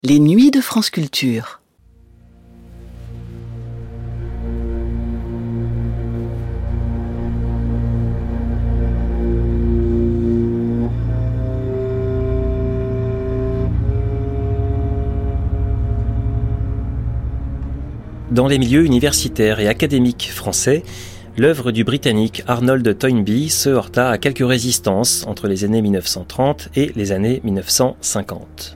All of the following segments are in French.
Les nuits de France Culture. Dans les milieux universitaires et académiques français, l'œuvre du Britannique Arnold Toynbee se heurta à quelques résistances entre les années 1930 et les années 1950.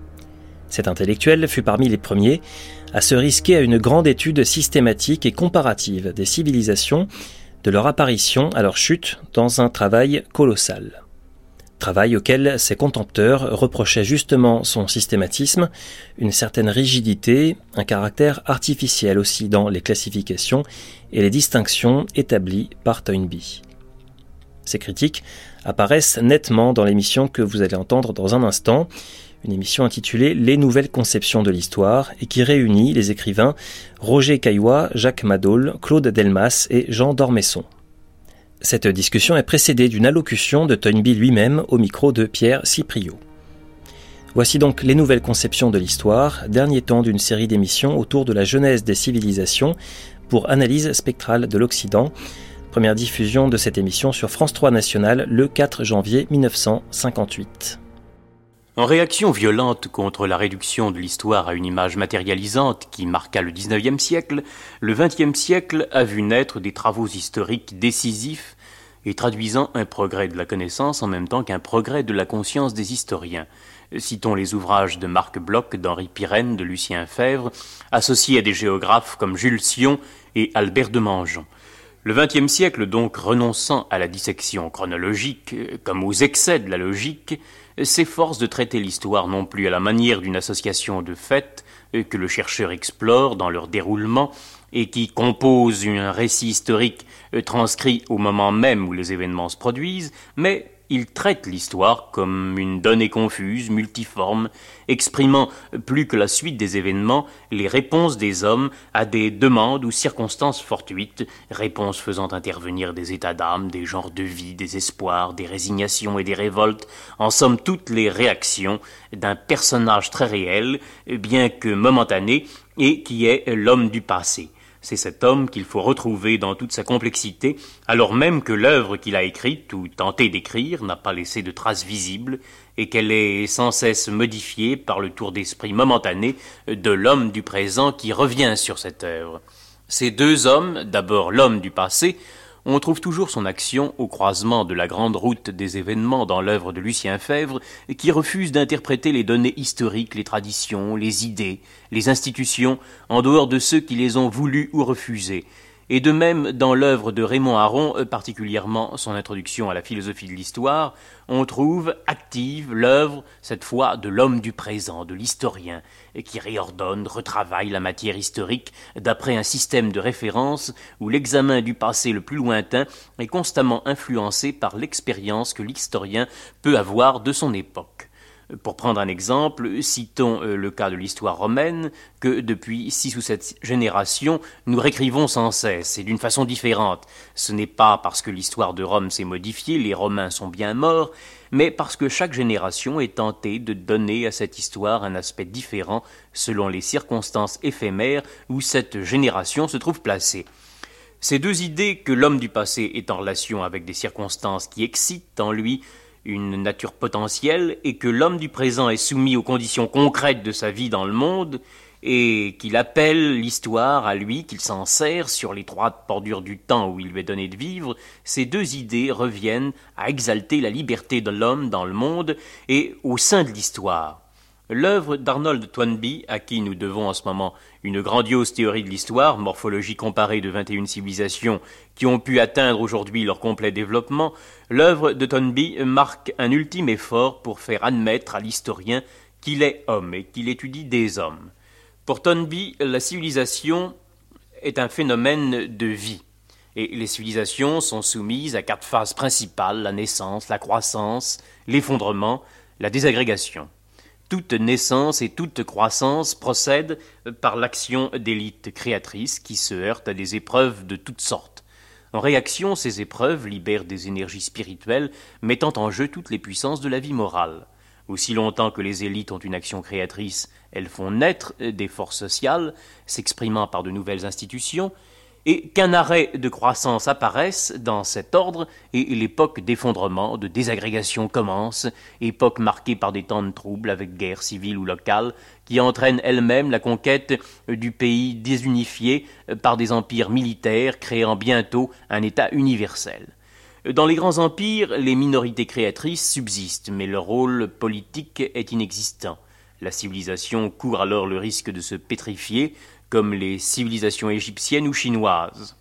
Cet intellectuel fut parmi les premiers à se risquer à une grande étude systématique et comparative des civilisations, de leur apparition à leur chute, dans un travail colossal. Travail auquel ses contempteurs reprochaient justement son systématisme, une certaine rigidité, un caractère artificiel aussi dans les classifications et les distinctions établies par Toynbee. Ces critiques apparaissent nettement dans l'émission que vous allez entendre dans un instant, une émission intitulée « Les nouvelles conceptions de l'histoire » et qui réunit les écrivains Roger Caillois, Jacques Madol, Claude Delmas et Jean d'Ormesson. Cette discussion est précédée d'une allocution de Toynbee lui-même au micro de Pierre Cipriot. Voici donc Les nouvelles conceptions de l'histoire, dernier temps d'une série d'émissions autour de la genèse des civilisations pour analyse spectrale de l'Occident. Première diffusion de cette émission sur France 3 National le 4 janvier 1958. En réaction violente contre la réduction de l'histoire à une image matérialisante qui marqua le XIXe siècle, le XXe siècle a vu naître des travaux historiques décisifs et traduisant un progrès de la connaissance en même temps qu'un progrès de la conscience des historiens. Citons les ouvrages de Marc Bloch, d'Henri Pirenne, de Lucien Febvre, associés à des géographes comme Jules Sion et Albert de Mangeon. Le XXe siècle, donc, renonçant à la dissection chronologique, comme aux excès de la logique, s'efforce de traiter l'histoire non plus à la manière d'une association de faits que le chercheur explore dans leur déroulement et qui compose un récit historique transcrit au moment même où les événements se produisent, mais il traite l'histoire comme une donnée confuse, multiforme, exprimant plus que la suite des événements les réponses des hommes à des demandes ou circonstances fortuites, réponses faisant intervenir des états d'âme, des genres de vie, des espoirs, des résignations et des révoltes, en somme toutes les réactions d'un personnage très réel, bien que momentané, et qui est l'homme du passé. C'est cet homme qu'il faut retrouver dans toute sa complexité, alors même que l'œuvre qu'il a écrite ou tenté d'écrire n'a pas laissé de traces visibles et qu'elle est sans cesse modifiée par le tour d'esprit momentané de l'homme du présent qui revient sur cette œuvre. Ces deux hommes, d'abord l'homme du passé, on trouve toujours son action au croisement de la grande route des événements dans l'œuvre de Lucien Febvre, qui refuse d'interpréter les données historiques, les traditions, les idées, les institutions, en dehors de ceux qui les ont voulues ou refusées. Et de même, dans l'œuvre de Raymond Aron, particulièrement son introduction à la philosophie de l'histoire, on trouve active l'œuvre, cette fois, de l'homme du présent, de l'historien, qui réordonne, retravaille la matière historique d'après un système de référence où l'examen du passé le plus lointain est constamment influencé par l'expérience que l'historien peut avoir de son époque. Pour prendre un exemple, citons le cas de l'histoire romaine, que depuis 6 ou 7 générations, nous réécrivons sans cesse, et d'une façon différente. Ce n'est pas parce que l'histoire de Rome s'est modifiée, les Romains sont bien morts, mais parce que chaque génération est tentée de donner à cette histoire un aspect différent selon les circonstances éphémères où cette génération se trouve placée. Ces deux idées que l'homme du passé est en relation avec des circonstances qui excitent en lui une nature potentielle et que l'homme du présent est soumis aux conditions concrètes de sa vie dans le monde et qu'il appelle l'histoire à lui, qu'il s'en sert sur l'étroite bordure du temps où il lui est donné de vivre, ces deux idées reviennent à exalter la liberté de l'homme dans le monde et au sein de l'histoire. L'œuvre d'Arnold Toynbee, à qui nous devons en ce moment une grandiose théorie de l'histoire, morphologie comparée de 21 civilisations qui ont pu atteindre aujourd'hui leur complet développement, l'œuvre de Toynbee marque un ultime effort pour faire admettre à l'historien qu'il est homme et qu'il étudie des hommes. Pour Toynbee, la civilisation est un phénomène de vie. Et les civilisations sont soumises à 4 phases principales, la naissance, la croissance, l'effondrement, la désagrégation. Toute naissance et toute croissance procèdent par l'action d'élites créatrices qui se heurtent à des épreuves de toutes sortes. En réaction, ces épreuves libèrent des énergies spirituelles mettant en jeu toutes les puissances de la vie morale. Aussi longtemps que les élites ont une action créatrice, elles font naître des forces sociales, s'exprimant par de nouvelles institutions, et qu'un arrêt de croissance apparaisse dans cet ordre, et l'époque d'effondrement, de désagrégation commence, époque marquée par des temps de troubles avec guerre civile ou locale, qui entraîne elle-même la conquête du pays désunifié par des empires militaires, créant bientôt un État universel. Dans les grands empires, les minorités créatrices subsistent, mais leur rôle politique est inexistant. La civilisation court alors le risque de se pétrifier, comme les civilisations égyptiennes ou chinoises.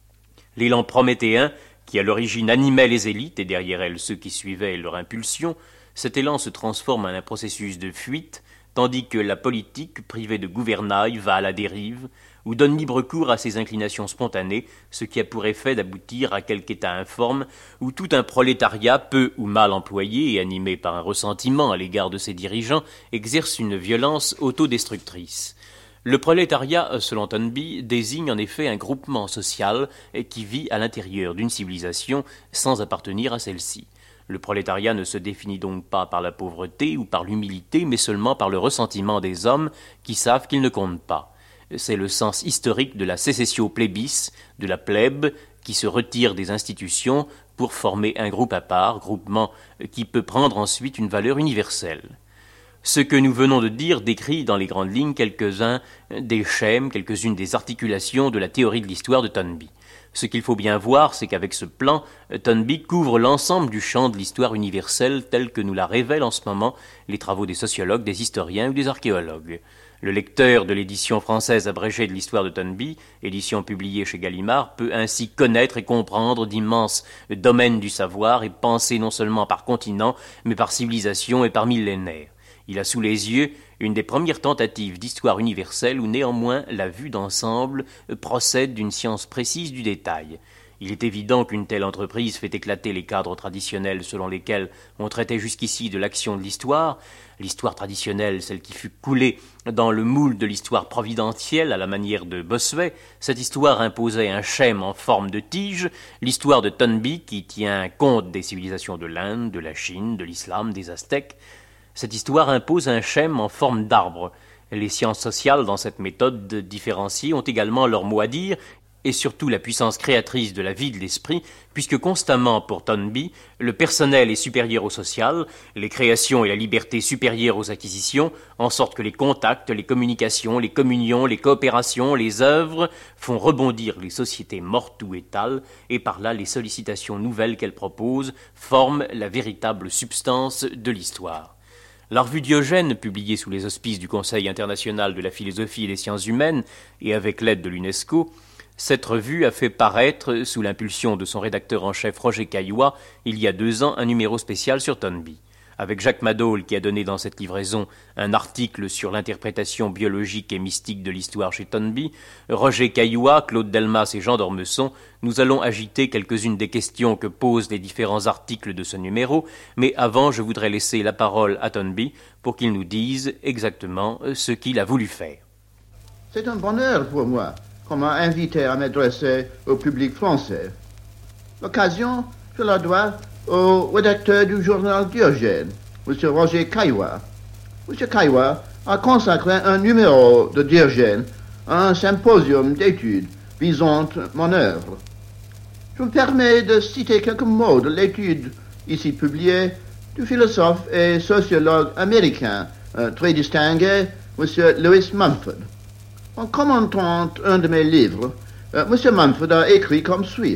L'élan prométhéen, qui à l'origine animait les élites et derrière elles ceux qui suivaient leur impulsion, cet élan se transforme en un processus de fuite, tandis que la politique, privée de gouvernail, va à la dérive, ou donne libre cours à ses inclinations spontanées, ce qui a pour effet d'aboutir à quelque état informe, où tout un prolétariat, peu ou mal employé et animé par un ressentiment à l'égard de ses dirigeants, exerce une violence autodestructrice. Le prolétariat, selon Toynbee, désigne en effet un groupement social qui vit à l'intérieur d'une civilisation sans appartenir à celle-ci. Le prolétariat ne se définit donc pas par la pauvreté ou par l'humilité, mais seulement par le ressentiment des hommes qui savent qu'ils ne comptent pas. C'est le sens historique de la sécessio plebis, de la plèbe, qui se retire des institutions pour former un groupe à part, groupement qui peut prendre ensuite une valeur universelle. Ce que nous venons de dire décrit dans les grandes lignes quelques-uns des schèmes, quelques-unes des articulations de la théorie de l'histoire de Toynbee. Ce qu'il faut bien voir, c'est qu'avec ce plan, Toynbee couvre l'ensemble du champ de l'histoire universelle tel que nous la révèlent en ce moment les travaux des sociologues, des historiens ou des archéologues. Le lecteur de l'édition française abrégée de l'histoire de Toynbee, édition publiée chez Gallimard, peut ainsi connaître et comprendre d'immenses domaines du savoir et penser non seulement par continent, mais par civilisation et par millénaire. Il a sous les yeux une des premières tentatives d'histoire universelle où néanmoins la vue d'ensemble procède d'une science précise du détail. Il est évident qu'une telle entreprise fait éclater les cadres traditionnels selon lesquels on traitait jusqu'ici de l'action de l'histoire. L'histoire traditionnelle, celle qui fut coulée dans le moule de l'histoire providentielle à la manière de Bossuet, cette histoire imposait un schème en forme de tige, l'histoire de Toynbee qui tient compte des civilisations de l'Inde, de la Chine, de l'islam, des Aztèques. Cette histoire impose un schème en forme d'arbre. Les sciences sociales, dans cette méthode différenciée, ont également leur mot à dire, et surtout la puissance créatrice de la vie de l'esprit, puisque constamment, pour Toynbee, le personnel est supérieur au social, les créations et la liberté supérieures aux acquisitions, en sorte que les contacts, les communications, les communions, les coopérations, les œuvres font rebondir les sociétés mortes ou étales, et par là les sollicitations nouvelles qu'elles proposent forment la véritable substance de l'histoire. La revue Diogène, publiée sous les auspices du Conseil international de la philosophie et des sciences humaines et avec l'aide de l'UNESCO, cette revue a fait paraître, sous l'impulsion de son rédacteur en chef Roger Caillois, il y a 2 ans, un numéro spécial sur Toynbee. Avec Jacques Madol, qui a donné dans cette livraison un article sur l'interprétation biologique et mystique de l'histoire chez Toynbee, Roger Caillois, Claude Delmas et Jean d'Ormesson, nous allons agiter quelques-unes des questions que posent les différents articles de ce numéro, mais avant je voudrais laisser la parole à Toynbee pour qu'il nous dise exactement ce qu'il a voulu faire. C'est un bonheur pour moi qu'on m'a invité à m'adresser au public français. L'occasion, je la dois au rédacteur du journal Diogène, M. Roger Caillois. M. Caillois a consacré un numéro de Diogène à un symposium d'études visant mon œuvre. Je me permets de citer quelques mots de l'étude ici publiée du philosophe et sociologue américain très distingué, M. Lewis Mumford. En commentant un de mes livres, M. Mumford a écrit comme suit.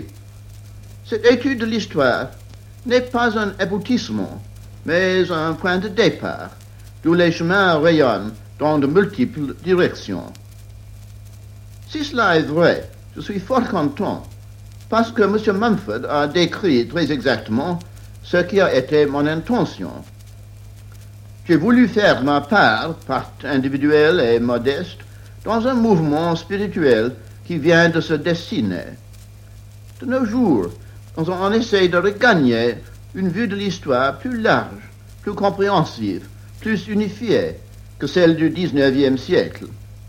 Cette étude de l'histoire n'est pas un aboutissement, mais un point de départ, d'où les chemins rayonnent dans de multiples directions. Si cela est vrai, je suis fort content, parce que M. Mumford a décrit très exactement ce qui a été mon intention. J'ai voulu faire ma part individuelle et modeste, dans un mouvement spirituel qui vient de se dessiner. De nos jours, on essaie de regagner une vue de l'histoire plus large, plus compréhensive, plus unifiée que celle du XIXe siècle.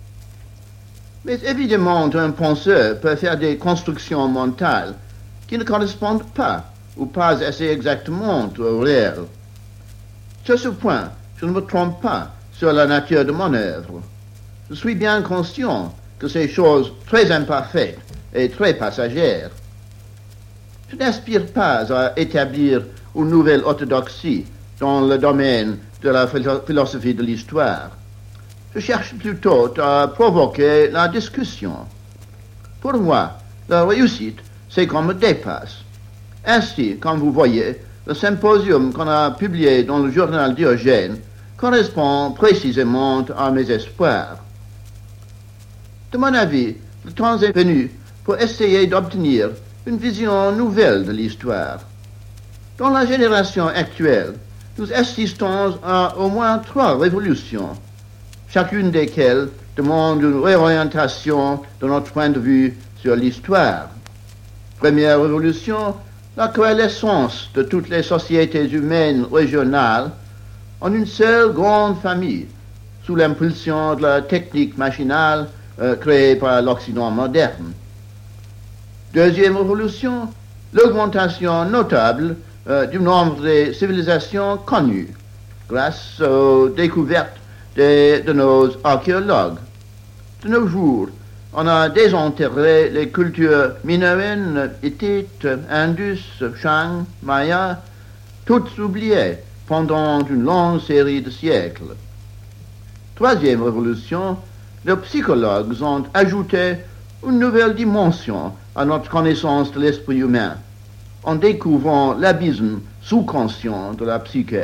Mais évidemment, un penseur peut faire des constructions mentales qui ne correspondent pas ou pas assez exactement au réel. Sur ce point, je ne me trompe pas sur la nature de mon œuvre. Je suis bien conscient que c'est chose très imparfaite et très passagère. Je n'aspire pas à établir une nouvelle orthodoxie dans le domaine de la philosophie de l'histoire. Je cherche plutôt à provoquer la discussion. Pour moi, la réussite, c'est qu'on me dépasse. Ainsi, comme vous voyez, le symposium qu'on a publié dans le journal Diogène correspond précisément à mes espoirs. De mon avis, le temps est venu pour essayer d'obtenir une vision nouvelle de l'histoire. Dans la génération actuelle, nous assistons à au moins 3 révolutions, chacune desquelles demande une réorientation de notre point de vue sur l'histoire. Première révolution, la coalescence de toutes les sociétés humaines régionales en une seule grande famille, sous l'impulsion de la technique machinale créée par l'Occident moderne. Deuxième révolution, l'augmentation notable du nombre des civilisations connues, grâce aux découvertes de nos archéologues. De nos jours, on a désenterré les cultures minoennes, hittites, indus, Shang, Maya, toutes oubliées pendant une longue série de siècles. Troisième révolution, les psychologues ont ajouté une nouvelle dimension à notre connaissance de l'esprit humain, en découvrant l'abysme sous-conscient de la psyché.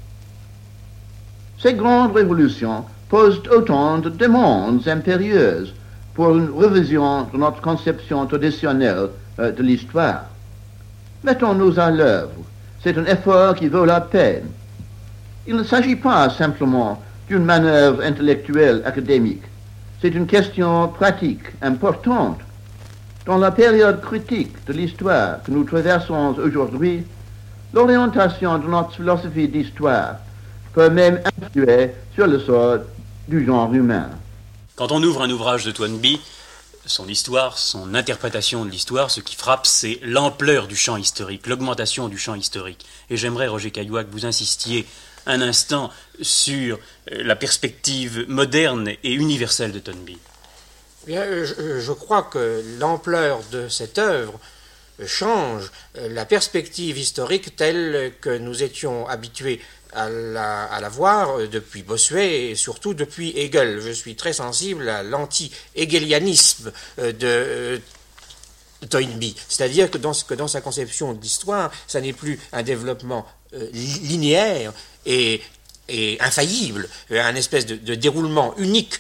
Ces grandes révolutions posent autant de demandes impérieuses pour une révision de notre conception traditionnelle de l'histoire. Mettons-nous à l'œuvre. C'est un effort qui vaut la peine. Il ne s'agit pas simplement d'une manœuvre intellectuelle académique. C'est une question pratique importante. Dans la période critique de l'histoire que nous traversons aujourd'hui, l'orientation de notre philosophie d'histoire peut même influer sur le sort du genre humain. Quand on ouvre un ouvrage de Toynbee, son histoire, son interprétation de l'histoire, ce qui frappe, c'est l'ampleur du champ historique, l'augmentation du champ historique. Et j'aimerais, Roger Caillois, que vous insistiez un instant sur la perspective moderne et universelle de Toynbee. Bien, je crois que l'ampleur de cette œuvre change la perspective historique telle que nous étions habitués à la voir depuis Bossuet et surtout depuis Hegel. Je suis très sensible à l'anti-hegelianisme de Toynbee, c'est-à-dire que dans sa conception de l'histoire, ça n'est plus un développement linéaire et infaillible, un espèce de déroulement unique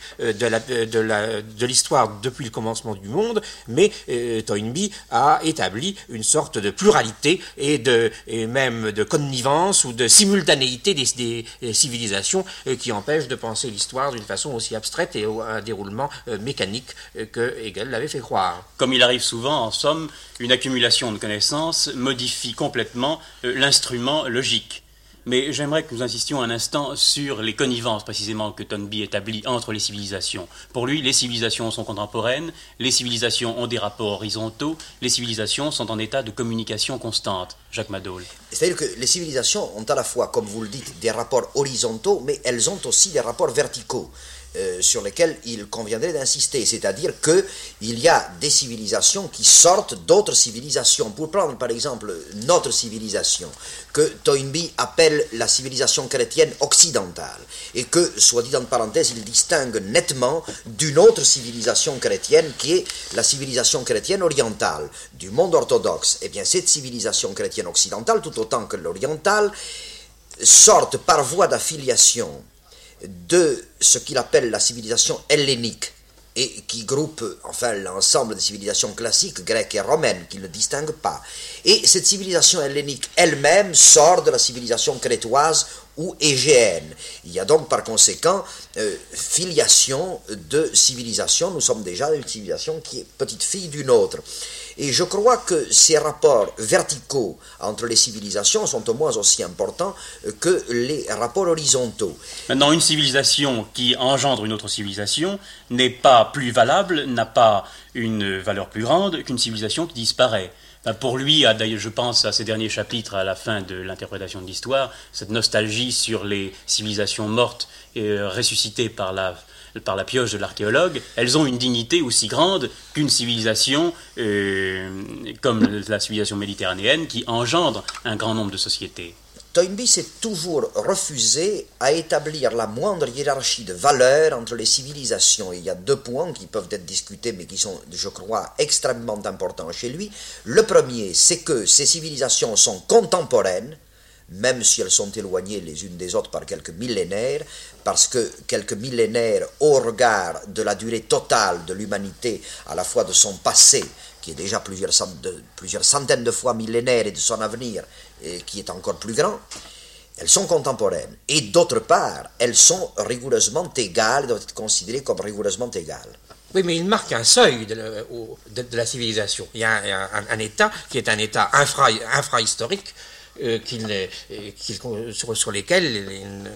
de l'histoire depuis le commencement du monde, mais Toynbee a établi une sorte de pluralité et même de connivence ou de simultanéité des civilisations qui empêche de penser l'histoire d'une façon aussi abstraite et un déroulement mécanique que Hegel l'avait fait croire. Comme il arrive souvent, en somme, une accumulation de connaissances modifie complètement l'instrument logique. Mais j'aimerais que nous insistions un instant sur les connivences précisément que Toynbee établit entre les civilisations. Pour lui, les civilisations sont contemporaines, les civilisations ont des rapports horizontaux, les civilisations sont en état de communication constante. Jacques Madol. C'est-à-dire que les civilisations ont à la fois, comme vous le dites, des rapports horizontaux, mais elles ont aussi des rapports verticaux. Sur lesquels il conviendrait d'insister, c'est-à-dire qu'il y a des civilisations qui sortent d'autres civilisations. Pour prendre par exemple notre civilisation, que Toynbee appelle la civilisation chrétienne occidentale, et que, soit dit en parenthèse, il distingue nettement d'une autre civilisation chrétienne qui est la civilisation chrétienne orientale, du monde orthodoxe. Eh bien, cette civilisation chrétienne occidentale, tout autant que l'orientale, sortent par voie d'affiliation de ce qu'il appelle la civilisation hellénique et qui groupe enfin l'ensemble des civilisations classiques grecques et romaines qu'il ne distingue pas. Et cette civilisation hellénique elle-même sort de la civilisation crétoise ou égéenne. Il y a donc par conséquent filiation de civilisation. Nous sommes déjà une civilisation qui est petite fille d'une autre. Et je crois que ces rapports verticaux entre les civilisations sont au moins aussi importants que les rapports horizontaux. Maintenant, une civilisation qui engendre une autre civilisation n'est pas plus valable, n'a pas une valeur plus grande qu'une civilisation qui disparaît. Pour lui, d'ailleurs, je pense à ses derniers chapitres à la fin de l'interprétation de l'histoire, cette nostalgie sur les civilisations mortes et ressuscitées par la pioche de l'archéologue, elles ont une dignité aussi grande qu'une civilisation comme la civilisation méditerranéenne qui engendre un grand nombre de sociétés. Toynbee s'est toujours refusé à établir la moindre hiérarchie de valeurs entre les civilisations. Il y a 2 points qui peuvent être discutés, mais qui sont, je crois, extrêmement importants chez lui. Le premier, c'est que ces civilisations sont contemporaines, même si elles sont éloignées les unes des autres par quelques millénaires, parce que quelques millénaires au regard de la durée totale de l'humanité, à la fois de son passé, qui est déjà plusieurs centaines de fois millénaire, et de son avenir, qui est encore plus grand, elles sont contemporaines. Et d'autre part, elles sont rigoureusement égales, doivent être considérées comme rigoureusement égales. Oui, mais il marque un seuil de la civilisation. Il y a un État qui est un État infrahistorique, sur lesquels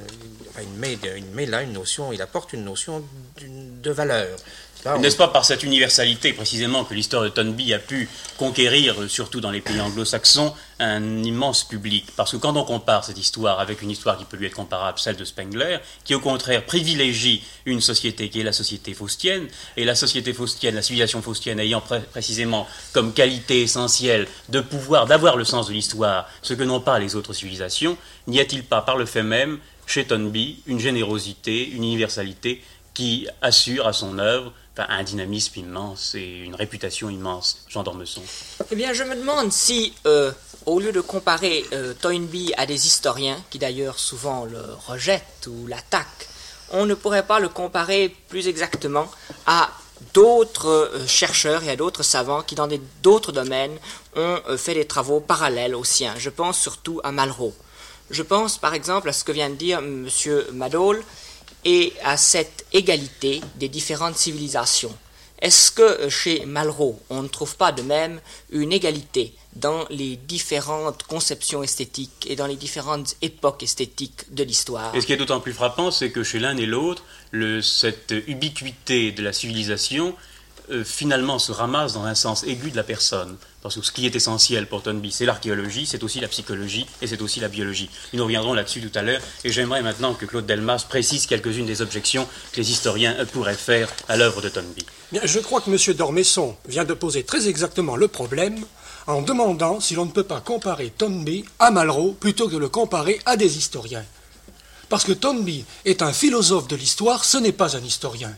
il apporte une notion de valeur. N'est-ce pas par cette universalité précisément que l'histoire de Toynbee a pu conquérir, surtout dans les pays anglo-saxons, un immense public? Parce que quand on compare cette histoire avec une histoire qui peut lui être comparable, celle de Spengler, qui au contraire privilégie une société qui est la société faustienne, et la société faustienne, la civilisation faustienne ayant précisément comme qualité essentielle de pouvoir, d'avoir le sens de l'histoire, ce que n'ont pas les autres civilisations, n'y a-t-il pas par le fait même, chez Toynbee, une générosité, une universalité qui assure à son œuvre un dynamisme immense et une réputation immense? Jean d'Ormesson. Eh bien, je me demande si, au lieu de comparer Toynbee à des historiens, qui d'ailleurs souvent le rejettent ou l'attaquent, on ne pourrait pas le comparer plus exactement à d'autres chercheurs et à d'autres savants qui, dans d'autres domaines, ont fait des travaux parallèles aux siens. Je pense surtout à Malraux. Je pense, par exemple, à ce que vient de dire M. Madol, et à cette égalité des différentes civilisations. Est-ce que chez Malraux, on ne trouve pas de même une égalité dans les différentes conceptions esthétiques et dans les différentes époques esthétiques de l'histoire? Et ce qui est d'autant plus frappant, c'est que chez l'un et l'autre, cette ubiquité de la civilisation finalement se ramasse dans un sens aigu de la personne. Parce que ce qui est essentiel pour Toynbee, c'est l'archéologie, c'est aussi la psychologie et c'est aussi la biologie. Nous reviendrons là-dessus tout à l'heure et j'aimerais maintenant que Claude Delmas précise quelques-unes des objections que les historiens pourraient faire à l'œuvre de Toynbee. Bien, je crois que M. d'Ormesson vient de poser très exactement le problème en demandant si l'on ne peut pas comparer Toynbee à Malraux plutôt que de le comparer à des historiens. Parce que Toynbee est un philosophe de l'histoire, ce n'est pas un historien.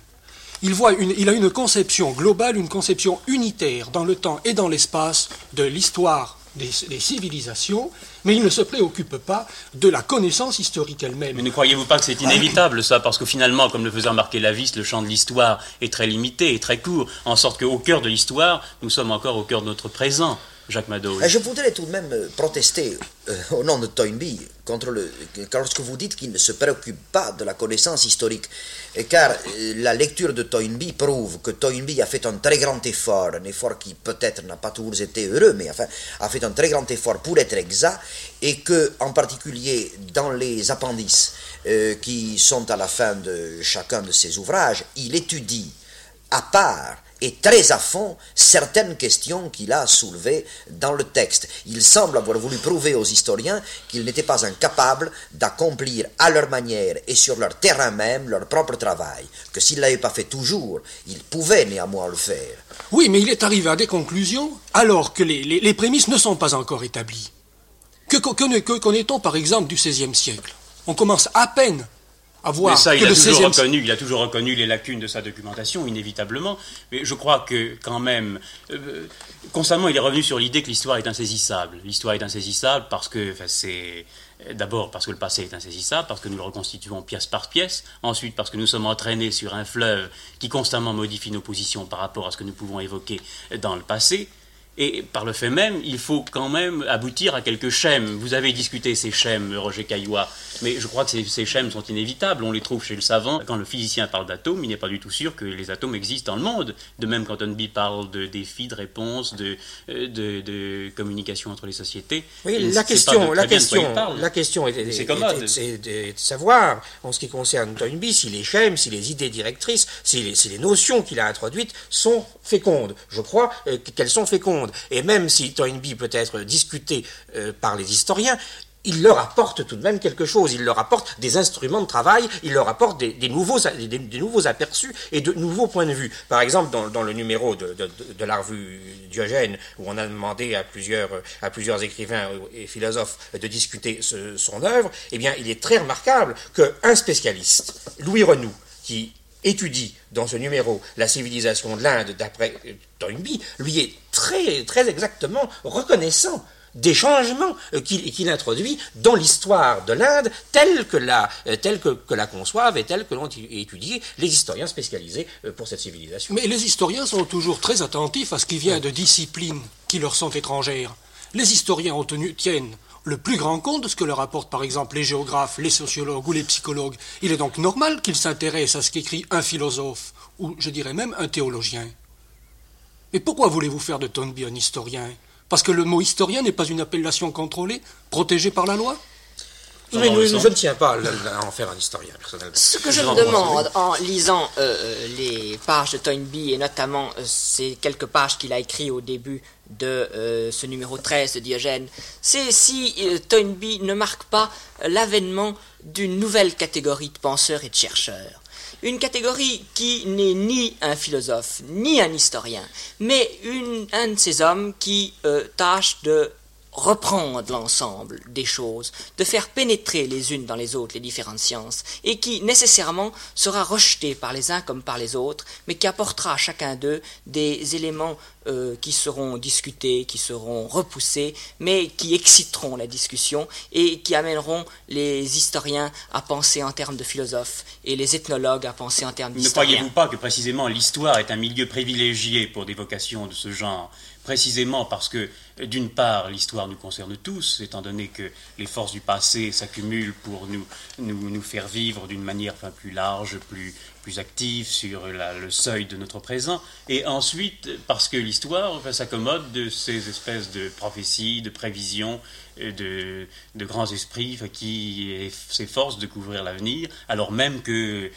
Il a une conception globale, une conception unitaire dans le temps et dans l'espace de l'histoire des civilisations, mais il ne se préoccupe pas de la connaissance historique elle-même. Mais ne croyez-vous pas que c'est inévitable, ça? Parce que finalement, comme le faisait remarquer Laviste, le champ de l'histoire est très limité et très court, en sorte qu'au cœur de l'histoire, nous sommes encore au cœur de notre présent. Jacques Madol. Je voudrais tout de même protester au nom de Toynbee lorsque vous dites qu'il ne se préoccupe pas de la connaissance historique, car la lecture de Toynbee prouve que Toynbee a fait un très grand effort, un effort qui peut-être n'a pas toujours été heureux, mais enfin a fait un très grand effort pour être exact, et que en particulier dans les appendices qui sont à la fin de chacun de ses ouvrages, il étudie à part et très à fond certaines questions qu'il a soulevées dans le texte. Il semble avoir voulu prouver aux historiens qu'ils n'étaient pas incapables d'accomplir à leur manière et sur leur terrain même leur propre travail, que s'ils ne l'avaient pas fait toujours, ils pouvaient néanmoins le faire. Oui, mais il est arrivé à des conclusions alors que les prémices ne sont pas encore établies. Que connaît-on par exemple du XVIe siècle? On commence à peine à voir. Mais ça, il a toujours reconnu les lacunes de sa documentation, inévitablement. Mais je crois que, quand même, constamment, il est revenu sur l'idée que l'histoire est insaisissable. L'histoire est insaisissable parce que, d'abord parce que le passé est insaisissable, parce que nous le reconstituons pièce par pièce, ensuite parce que nous sommes entraînés sur un fleuve qui constamment modifie nos positions par rapport à ce que nous pouvons évoquer dans le passé. Et par le fait même, il faut quand même aboutir à quelques schèmes. Vous avez discuté ces schèmes, Roger Caillois, mais je crois que ces schèmes sont inévitables. On les trouve chez le savant. Quand le physicien parle d'atomes, il n'est pas du tout sûr que les atomes existent dans le monde. De même, quand Toynbee parle de défis, de réponses, de communication entre les sociétés. Oui, la question est de savoir, en ce qui concerne Toynbee, si les schèmes, si les idées directrices, si les notions qu'il a introduites sont fécondes. Je crois qu'elles sont fécondes. monde. Et même si Toynbee peut être discuté par les historiens, il leur apporte tout de même quelque chose, il leur apporte des instruments de travail, il leur apporte des nouveaux aperçus et de nouveaux points de vue. Par exemple, dans le numéro de la revue Diogène, où on a demandé à plusieurs écrivains et philosophes de discuter son œuvre, eh bien, il est très remarquable qu'un spécialiste, Louis Renoux, qui étudie dans ce numéro la civilisation de l'Inde d'après Toynbee, lui est très, très exactement reconnaissant des changements qu'il introduit dans l'histoire de l'Inde telle que la conçoivent et telle que l'ont étudié les historiens spécialisés pour cette civilisation. Mais les historiens sont toujours très attentifs à ce qui vient de disciplines qui leur sont étrangères. Les historiens tiennent le plus grand compte de ce que leur apportent par exemple les géographes, les sociologues ou les psychologues. Il est donc normal qu'ils s'intéressent à ce qu'écrit un philosophe, ou je dirais même un théologien. Mais pourquoi voulez-vous faire de Toynbee un historien ? Parce que le mot historien n'est pas une appellation contrôlée, protégée par la loi ? Mais je ne tiens pas à en faire un historien, personnellement. Ce que je me demande en lisant les pages de Toynbee, et notamment ces quelques pages qu'il a écrites au début de ce numéro 13 de Diogène, c'est si Toynbee ne marque pas l'avènement d'une nouvelle catégorie de penseurs et de chercheurs. Une catégorie qui n'est ni un philosophe, ni un historien, mais un de ces hommes qui tâche de reprendre l'ensemble des choses, de faire pénétrer les unes dans les autres les différentes sciences, et qui nécessairement sera rejeté par les uns comme par les autres, mais qui apportera à chacun d'eux des éléments qui seront discutés, qui seront repoussés, mais qui exciteront la discussion et qui amèneront les historiens à penser en termes de philosophes et les ethnologues à penser en termes d'historiens. Ne croyez-vous pas que précisément l'histoire est un milieu privilégié pour des vocations de ce genre ? Précisément parce que, d'une part, l'histoire nous concerne tous, étant donné que les forces du passé s'accumulent pour nous faire vivre d'une manière plus large, plus active sur le seuil de notre présent, et ensuite parce que l'histoire s'accommode de ces espèces de prophéties, de prévisions, de grands esprits qui s'efforcent de couvrir l'avenir, alors même que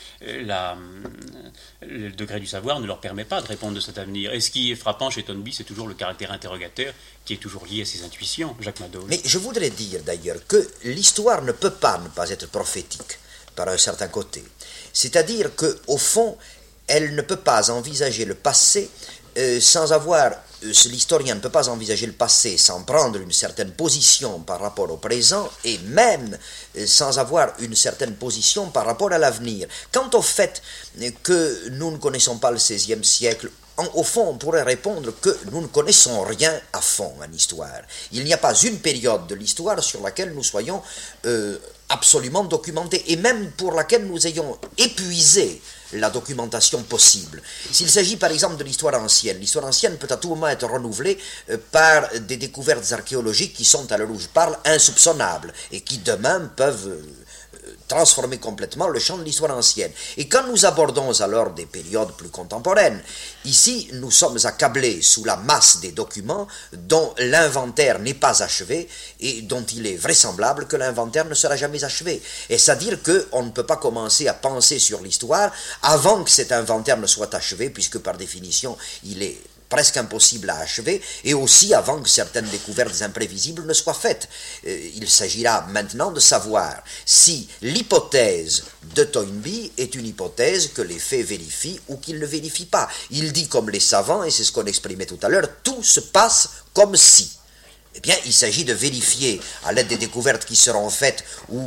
le degré du savoir ne leur permet pas de répondre de cet avenir. Et ce qui est frappant chez Toynbee, c'est toujours le caractère interrogateur qui est toujours lié à ses intuitions, Jacques Madol. Mais je voudrais dire d'ailleurs que l'histoire ne peut pas ne pas être prophétique, par un certain côté. C'est-à-dire qu'au fond, elle ne peut pas envisager le passé sans avoir... L'historien ne peut pas envisager le passé sans prendre une certaine position par rapport au présent et même sans avoir une certaine position par rapport à l'avenir. Quant au fait que nous ne connaissons pas le XVIe siècle, au fond, on pourrait répondre que nous ne connaissons rien à fond en histoire. Il n'y a pas une période de l'histoire sur laquelle nous soyons absolument documentés et même pour laquelle nous ayons épuisé la documentation possible. S'il s'agit par exemple de l'histoire ancienne peut à tout moment être renouvelée par des découvertes archéologiques qui sont, à l'heure où je parle, insoupçonnables et qui demain peuvent transformer complètement le champ de l'histoire ancienne. Et quand nous abordons alors des périodes plus contemporaines, ici nous sommes accablés sous la masse des documents dont l'inventaire n'est pas achevé et dont il est vraisemblable que l'inventaire ne sera jamais achevé. Et c'est-à-dire qu'on ne peut pas commencer à penser sur l'histoire avant que cet inventaire ne soit achevé, puisque par définition il est presque impossible à achever, et aussi avant que certaines découvertes imprévisibles ne soient faites. Il s'agira maintenant de savoir si l'hypothèse de Toynbee est une hypothèse que les faits vérifient ou qu'ils ne vérifient pas. Il dit comme les savants, et c'est ce qu'on exprimait tout à l'heure, tout se passe comme si. Eh bien, il s'agit de vérifier, à l'aide des découvertes qui seront faites ou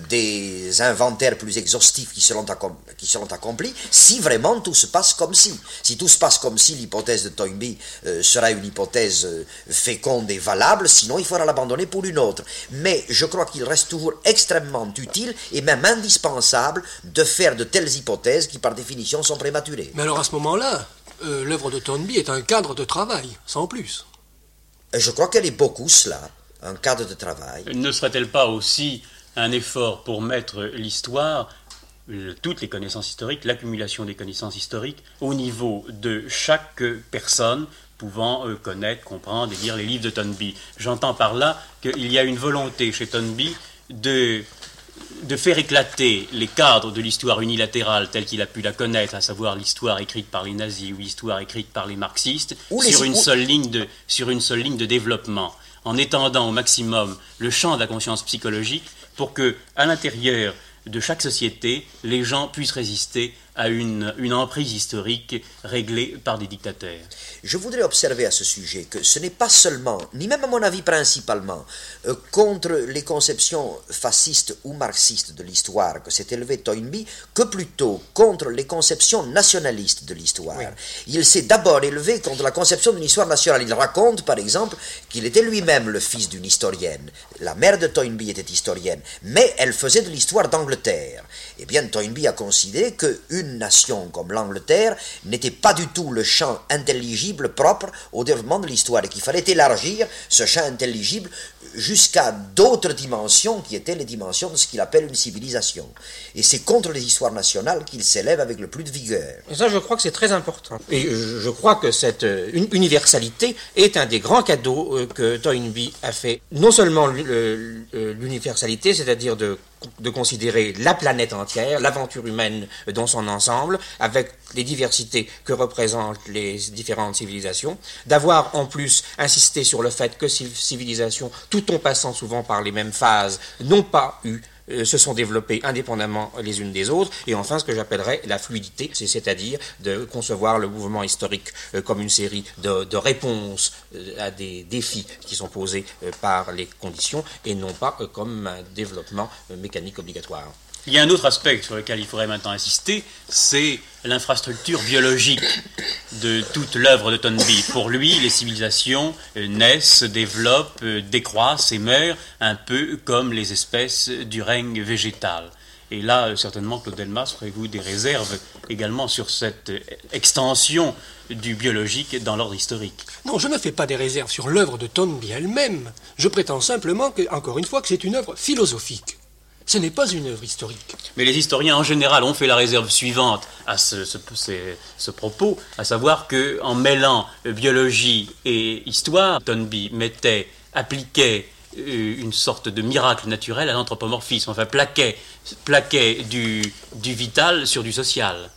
des inventaires plus exhaustifs qui seront accomplis, si vraiment tout se passe comme si. Si tout se passe comme si, l'hypothèse de Toynbee sera une hypothèse féconde et valable, sinon il faudra l'abandonner pour une autre. Mais je crois qu'il reste toujours extrêmement utile et même indispensable de faire de telles hypothèses qui, par définition, sont prématurées. Mais alors à ce moment-là, l'œuvre de Toynbee est un cadre de travail, sans plus. Je crois qu'elle est beaucoup cela, un cadre de travail. Ne serait-elle pas aussi un effort pour mettre l'histoire, toutes les connaissances historiques, l'accumulation des connaissances historiques, au niveau de chaque personne pouvant connaître, comprendre et lire les livres de Toynbee? J'entends par là qu'il y a une volonté chez Toynbee de de faire éclater les cadres de l'histoire unilatérale telle qu'il a pu la connaître, à savoir l'histoire écrite par les nazis ou l'histoire écrite par les marxistes, sur une seule ligne de développement, en étendant au maximum le champ de la conscience psychologique pour que, à l'intérieur de chaque société, les gens puissent résister à une emprise historique réglée par des dictateurs. Je voudrais observer à ce sujet que ce n'est pas seulement, ni même à mon avis principalement, contre les conceptions fascistes ou marxistes de l'histoire que s'est élevé Toynbee, que plutôt contre les conceptions nationalistes de l'histoire. Oui. Il s'est d'abord élevé contre la conception d'une histoire nationale. Il raconte, par exemple, qu'il était lui-même le fils d'une historienne. La mère de Toynbee était historienne, mais elle faisait de l'histoire d'Angleterre. Eh bien, Toynbee a considéré qu'une nation comme l'Angleterre n'était pas du tout le champ intelligible propre au développement de l'histoire et qu'il fallait élargir ce champ intelligible jusqu'à d'autres dimensions qui étaient les dimensions de ce qu'il appelle une civilisation. Et c'est contre les histoires nationales qu'il s'élève avec le plus de vigueur. Et ça, je crois que c'est très important. Et je crois que cette universalité est un des grands cadeaux que Toynbee a fait. Non seulement l'universalité, c'est-à-dire de considérer la planète entière, l'aventure humaine dans son ensemble, avec les diversités que représentent les différentes civilisations, d'avoir en plus insisté sur le fait que ces civilisations, tout en passant souvent par les mêmes phases, n'ont pas se sont développées indépendamment les unes des autres, et enfin ce que j'appellerais la fluidité, c'est-à-dire de concevoir le mouvement historique comme une série de réponses à des défis qui sont posés par les conditions, et non pas comme un développement mécanique obligatoire. Il y a un autre aspect sur lequel il faudrait maintenant insister, c'est l'infrastructure biologique de toute l'œuvre de Toynbee. Pour lui, les civilisations naissent, se développent, décroissent et meurent un peu comme les espèces du règne végétal. Et là, certainement, Claude Delmas, ferez-vous des réserves également sur cette extension du biologique dans l'ordre historique? Non, je ne fais pas des réserves sur l'œuvre de Toynbee elle-même. Je prétends simplement, encore une fois, que c'est une œuvre philosophique. Ce n'est pas une œuvre historique. Mais les historiens en général ont fait la réserve suivante à ce propos, à savoir qu'en mêlant biologie et histoire, Toynbee appliquait une sorte de miracle naturel à l'anthropomorphisme, enfin plaquait du vital sur du social.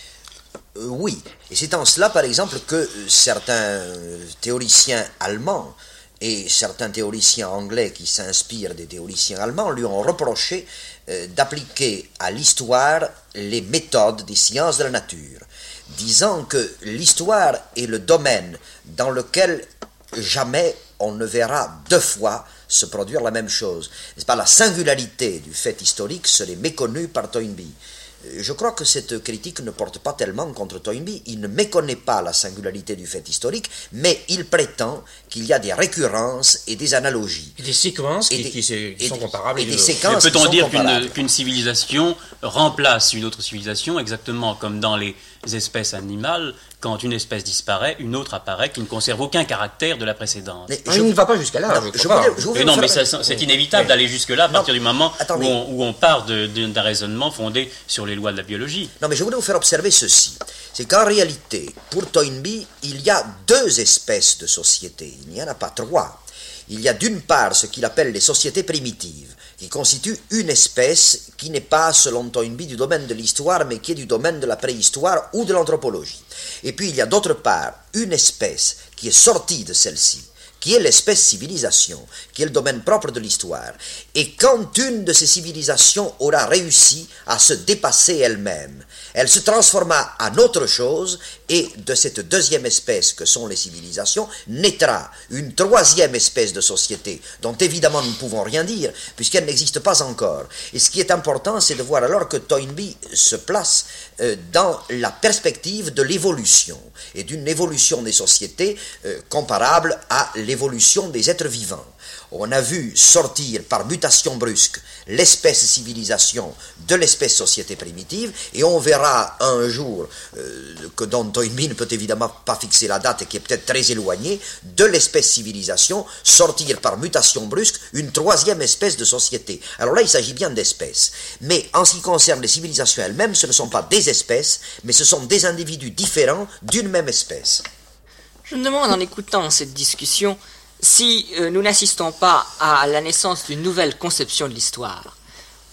Oui, et c'est en cela, par exemple, que certains théoriciens allemands et certains théoriciens anglais qui s'inspirent des théoriciens allemands lui ont reproché d'appliquer à l'histoire les méthodes des sciences de la nature, disant que l'histoire est le domaine dans lequel jamais on ne verra deux fois se produire la même chose. N'est-ce pas, la singularité du fait historique serait méconnue par Toynbee. Je crois que cette critique ne porte pas tellement contre Toynbee. Il ne méconnaît pas la singularité du fait historique, mais il prétend qu'il y a des récurrences et des analogies. Et des séquences qui sont comparables. Et des séquences qui sont comparables. Peut-on dire qu'une civilisation remplace une autre civilisation, exactement comme dans les espèces animales, quand une espèce disparaît, une autre apparaît qui ne conserve aucun caractère de la précédente? Je ne va pas jusqu'à là. Mais c'est inévitable d'aller jusque-là à partir du moment où on part d'un raisonnement fondé sur les lois de la biologie. Non, mais je voudrais vous faire observer ceci. C'est qu'en réalité, pour Toynbee, il y a deux espèces de sociétés. Il n'y en a pas trois. Il y a d'une part ce qu'il appelle les sociétés primitives, qui constituent une espèce qui n'est pas, selon Toynbee, du domaine de l'histoire, mais qui est du domaine de la préhistoire ou de l'anthropologie. Et puis il y a d'autre part une espèce qui est sortie de celle-ci, qui est l'espèce civilisation, qui est le domaine propre de l'histoire. Et quand une de ces civilisations aura réussi à se dépasser elle-même, elle se transforma en autre chose, et de cette deuxième espèce que sont les civilisations, naîtra une troisième espèce de société, dont évidemment nous ne pouvons rien dire, puisqu'elle n'existe pas encore. Et ce qui est important, c'est de voir alors que Toynbee se place dans la perspective de l'évolution, et d'une évolution des sociétés comparable à l'évolution des êtres vivants. On a vu sortir par mutation brusque l'espèce civilisation de l'espèce société primitive, et on verra un jour, que dont Toynbee ne peut évidemment pas fixer la date et qui est peut-être très éloignée, de l'espèce civilisation sortir par mutation brusque une troisième espèce de société. Alors là, il s'agit bien d'espèces. Mais en ce qui concerne les civilisations elles-mêmes, ce ne sont pas des espèces, mais ce sont des individus différents d'une même espèce. Je me demande, en écoutant cette discussion, si nous n'assistons pas à la naissance d'une nouvelle conception de l'histoire.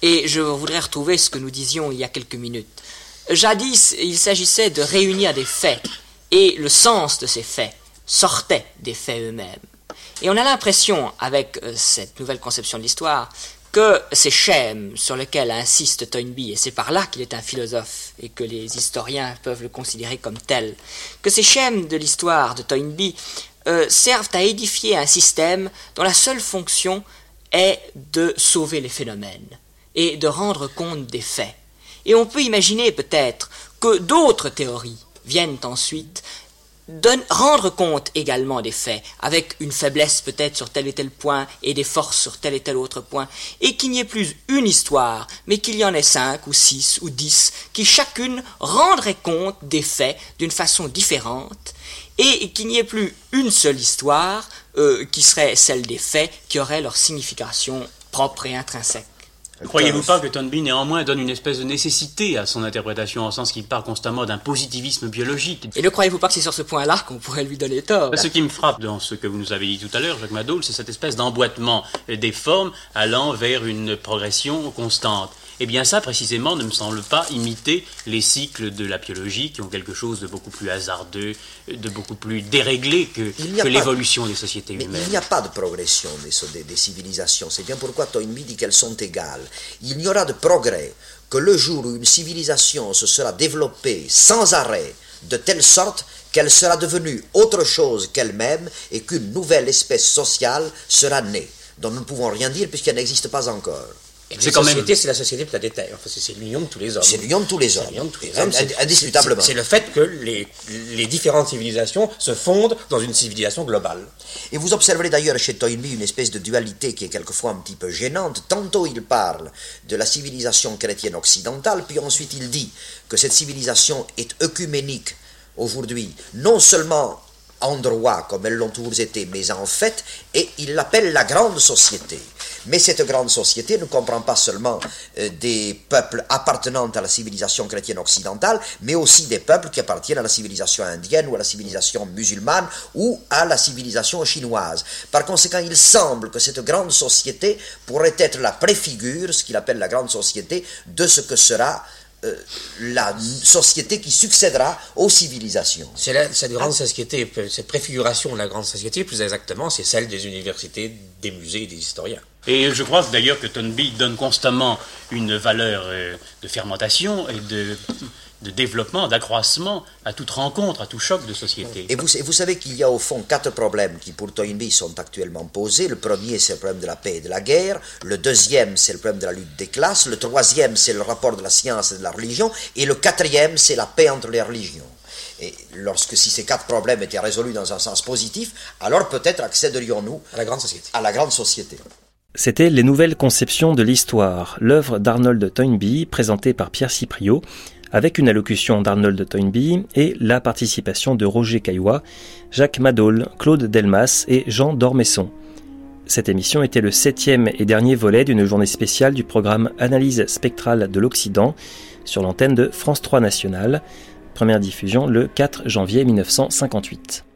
Et je voudrais retrouver ce que nous disions il y a quelques minutes. Jadis, il s'agissait de réunir des faits, et le sens de ces faits sortait des faits eux-mêmes. Et on a l'impression, avec cette nouvelle conception de l'histoire, que ces schèmes sur lesquels insiste Toynbee, et c'est par là qu'il est un philosophe, et que les historiens peuvent le considérer comme tel, que ces schèmes de l'histoire de Toynbee servent à édifier un système dont la seule fonction est de sauver les phénomènes, et de rendre compte des faits. Et on peut imaginer peut-être que d'autres théories viennent ensuite rendre compte également des faits, avec une faiblesse peut-être sur tel et tel point et des forces sur tel et tel autre point, et qu'il n'y ait plus une histoire, mais qu'il y en ait 5 ou 6 ou 10, qui chacune rendrait compte des faits d'une façon différente, et qu'il n'y ait plus une seule histoire qui serait celle des faits, qui aurait leur signification propre et intrinsèque. Croyez-vous pas que Toynbee néanmoins donne une espèce de nécessité à son interprétation, en sens qu'il parle constamment d'un positivisme biologique? Et ne croyez-vous pas que c'est sur ce point-là qu'on pourrait lui donner tort? Ce qui me frappe dans ce que vous nous avez dit tout à l'heure, Jacques Madol, c'est cette espèce d'emboîtement des formes allant vers une progression constante. Eh bien ça, précisément, ne me semble pas imiter les cycles de la biologie qui ont quelque chose de beaucoup plus hasardeux, de beaucoup plus déréglé que l'évolution des sociétés humaines. Mais il n'y a pas de progression des civilisations. C'est bien pourquoi Toynbee dit qu'elles sont égales. Il n'y aura de progrès que le jour où une civilisation se sera développée sans arrêt, de telle sorte qu'elle sera devenue autre chose qu'elle-même et qu'une nouvelle espèce sociale sera née, dont nous ne pouvons rien dire puisqu'elle n'existe pas encore. C'est quand même... c'est la société planétaire, enfin, c'est l'union de tous les hommes. C'est l'union de tous les hommes. Indiscutablement. C'est le fait que les différentes civilisations se fondent dans une civilisation globale. Et vous observerez d'ailleurs chez Toynbee une espèce de dualité qui est quelquefois un petit peu gênante. Tantôt il parle de la civilisation chrétienne occidentale, puis ensuite il dit que cette civilisation est œcuménique aujourd'hui, non seulement en droit, comme elles l'ont toujours été, mais en fait, et il l'appelle la grande société. Mais cette grande société ne comprend pas seulement des peuples appartenant à la civilisation chrétienne occidentale, mais aussi des peuples qui appartiennent à la civilisation indienne ou à la civilisation musulmane ou à la civilisation chinoise. Par conséquent, il semble que cette grande société pourrait être la préfigure, ce qu'il appelle la grande société, de ce que sera la société qui succédera aux civilisations. Cette grande société, cette préfiguration de la grande société, plus exactement, c'est celle des universités, des musées et des historiens. Et je crois d'ailleurs que Toynbee donne constamment une valeur de fermentation et de développement, d'accroissement à toute rencontre, à tout choc de société. Et vous savez qu'il y a au fond 4 problèmes qui pour Toynbee sont actuellement posés. Le premier, c'est le problème de la paix et de la guerre. Le deuxième, c'est le problème de la lutte des classes. Le troisième, c'est le rapport de la science et de la religion. Et le quatrième, c'est la paix entre les religions. Et si ces 4 problèmes étaient résolus dans un sens positif, alors peut-être accéderions-nous à la grande société. C'était Les Nouvelles Conceptions de l'Histoire, l'œuvre d'Arnold Toynbee, présentée par Pierre Cipriot, avec une allocution d'Arnold Toynbee et la participation de Roger Caillois, Jacques Madol, Claude Delmas et Jean d'Ormesson. Cette émission était le 7e et dernier volet d'une journée spéciale du programme Analyse spectrale de l'Occident sur l'antenne de France 3 Nationale. Première diffusion le 4 janvier 1958.